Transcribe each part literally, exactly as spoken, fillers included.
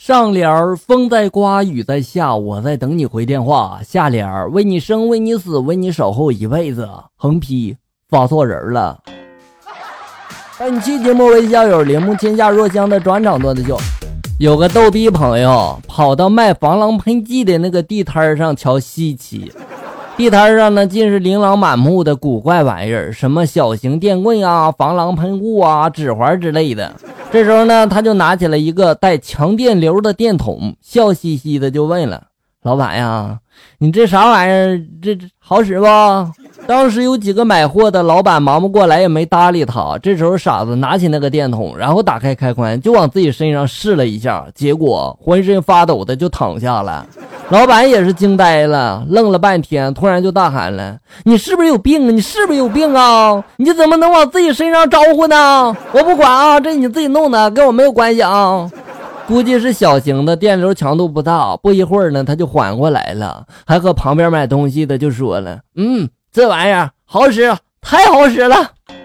上联儿风在刮雨在下，我在等你回电话。下联儿为你生为你死为你守候一辈子。横批发错人了。本期节目为校友铃木天下若香的转场段子秀。有个逗逼朋友跑到卖防狼喷剂的那个地摊上瞧稀奇，地摊上呢尽是琳琅满目的古怪玩意儿，什么小型电棍啊、防狼喷雾啊、指环之类的。这时候呢，他就拿起了一个带强电流的电筒，笑嘻嘻的就问了：“老板呀，你这啥玩意儿？这这好使不？”当时有几个买货的老板忙不过来，也没搭理他。这时候傻子拿起那个电筒，然后打开开关，就往自己身上试了一下，结果浑身发抖的就躺下了。老板也是惊呆了，愣了半天，突然就大喊了：“你是不是有病啊？你是不是有病啊？你怎么能往自己身上招呼呢？我不管啊，这你自己弄的，跟我没有关系啊。”估计是小型的，电流强度不大，不一会儿呢他就缓过来了，还和旁边买东西的就说了：“嗯，这玩意儿好使，太好使了。”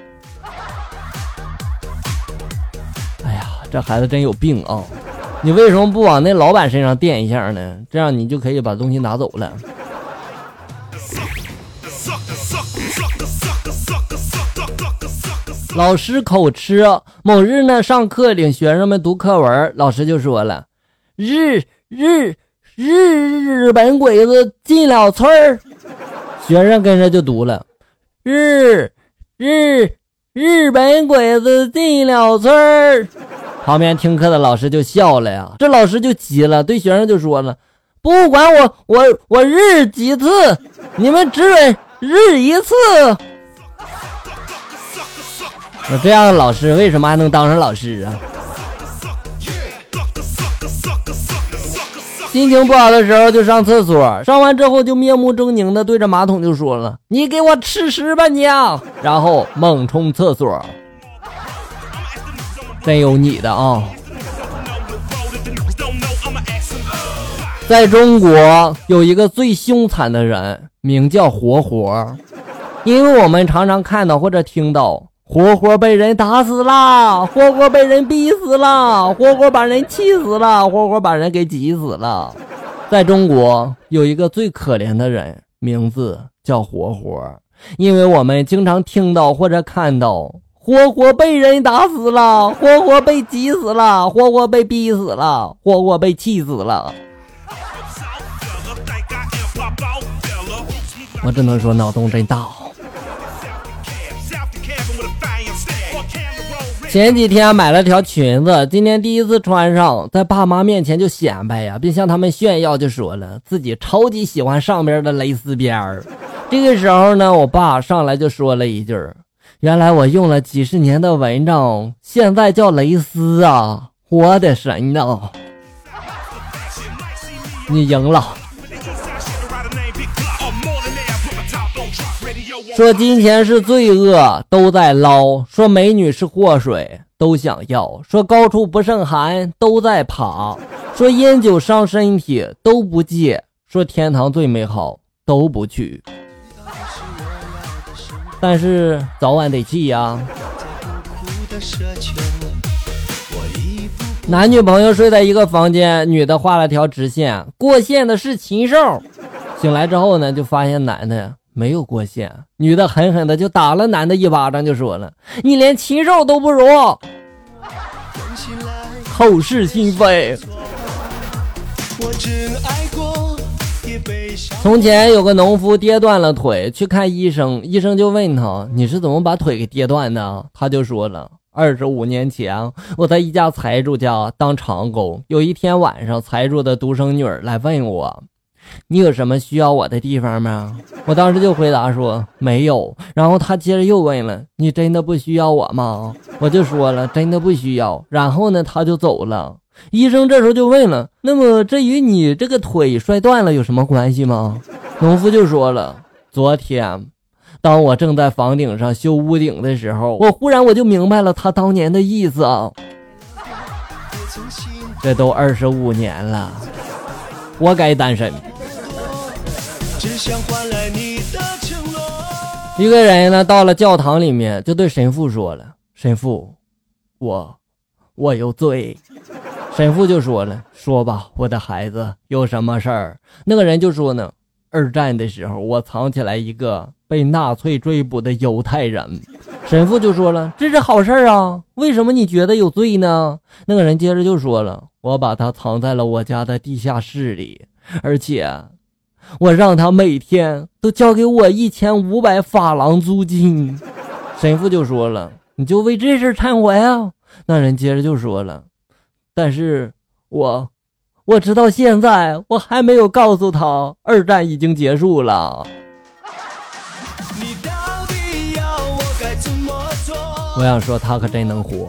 哎呀，这孩子真有病啊！你为什么不往那老板身上垫一下呢？这样你就可以把东西拿走了。老师口吃，某日呢上课领学生们读课文，老师就说了：“日日日日本鬼子进了村儿。”学生跟着就读了：“日日日本鬼子进了村儿。”旁边听课的老师就笑了呀，这老师就急了，对学生就说了：“不管我我我日几次，你们只准日一次。”我这样的老师为什么还能当上老师啊？心情不好的时候就上厕所，上完之后就面目狰狞的对着马桶就说了：“你给我吃屎吧你啊！”然后猛冲厕所。真有你的啊！在中国有一个最凶残的人，名叫活活，因为我们常常看到或者听到活活被人打死了，活活被人逼死了，活活把人气死了，活活把人给挤死了。在中国有一个最可怜的人，名字叫活活，因为我们经常听到或者看到活活被人打死了，活活被挤死了，活活被逼死了，活活被气死了。我只能说脑洞真大。前几天买了条裙子，今天第一次穿上，在爸妈面前就显摆呀，并向他们炫耀，就说了自己超级喜欢上边的蕾丝边儿。这个时候呢，我爸上来就说了一句：“原来我用了几十年的蚊帐，现在叫蕾丝啊！我的神呐！”你赢了。说金钱是罪恶，都在捞；说美女是祸水，都想要；说高处不胜寒，都在爬；说烟酒伤身体，都不戒；说天堂最美好，都不去。但是早晚得去呀。男女朋友睡在一个房间，女的画了条直线，过线的是禽兽。醒来之后呢，就发现男的没有过线，女的狠狠的就打了男的一巴掌，就说了：“你连禽兽都不如。”口是心非。从前有个农夫跌断了腿，去看医生，医生就问他：“你是怎么把腿给跌断的？”他就说了：二十五年前，我在一家财主家当长工。有一天晚上，财主的独生女儿来问我：“你有什么需要我的地方吗？”我当时就回答说：“没有。”然后他接着又问了：“你真的不需要我吗？”我就说了：“真的不需要。”然后呢，他就走了。医生这时候就问了：“那么这与你这个腿摔断了有什么关系吗？”农夫就说了：“昨天当我正在房顶上修屋顶的时候，我忽然我就明白了他当年的意思啊。这都二十五年了，活该单身。”一个人呢到了教堂里面，就对神父说了：“神父，我我有罪。” 神父就说了，说吧，我的孩子，有什么事儿？那个人就说呢，二战的时候我藏起来一个被纳粹追捕的犹太人。神父就说了，这是好事啊，为什么你觉得有罪呢？那个人接着就说了，我把他藏在了我家的地下室里，而且我让他每天都交给我一千五百法郎租金。神父就说了，你就为这事忏悔啊？那人接着就说了，但是我我直到现在我还没有告诉他二战已经结束了。你到底要我该怎么做？我想说他可真能活。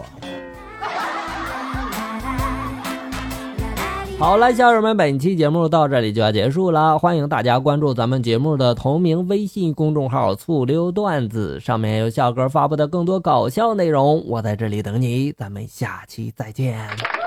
好了，小友们，本期节目到这里就要结束了，欢迎大家关注咱们节目的同名微信公众号醋溜段子，上面有笑哥发布的更多搞笑内容，我在这里等你，咱们下期再见。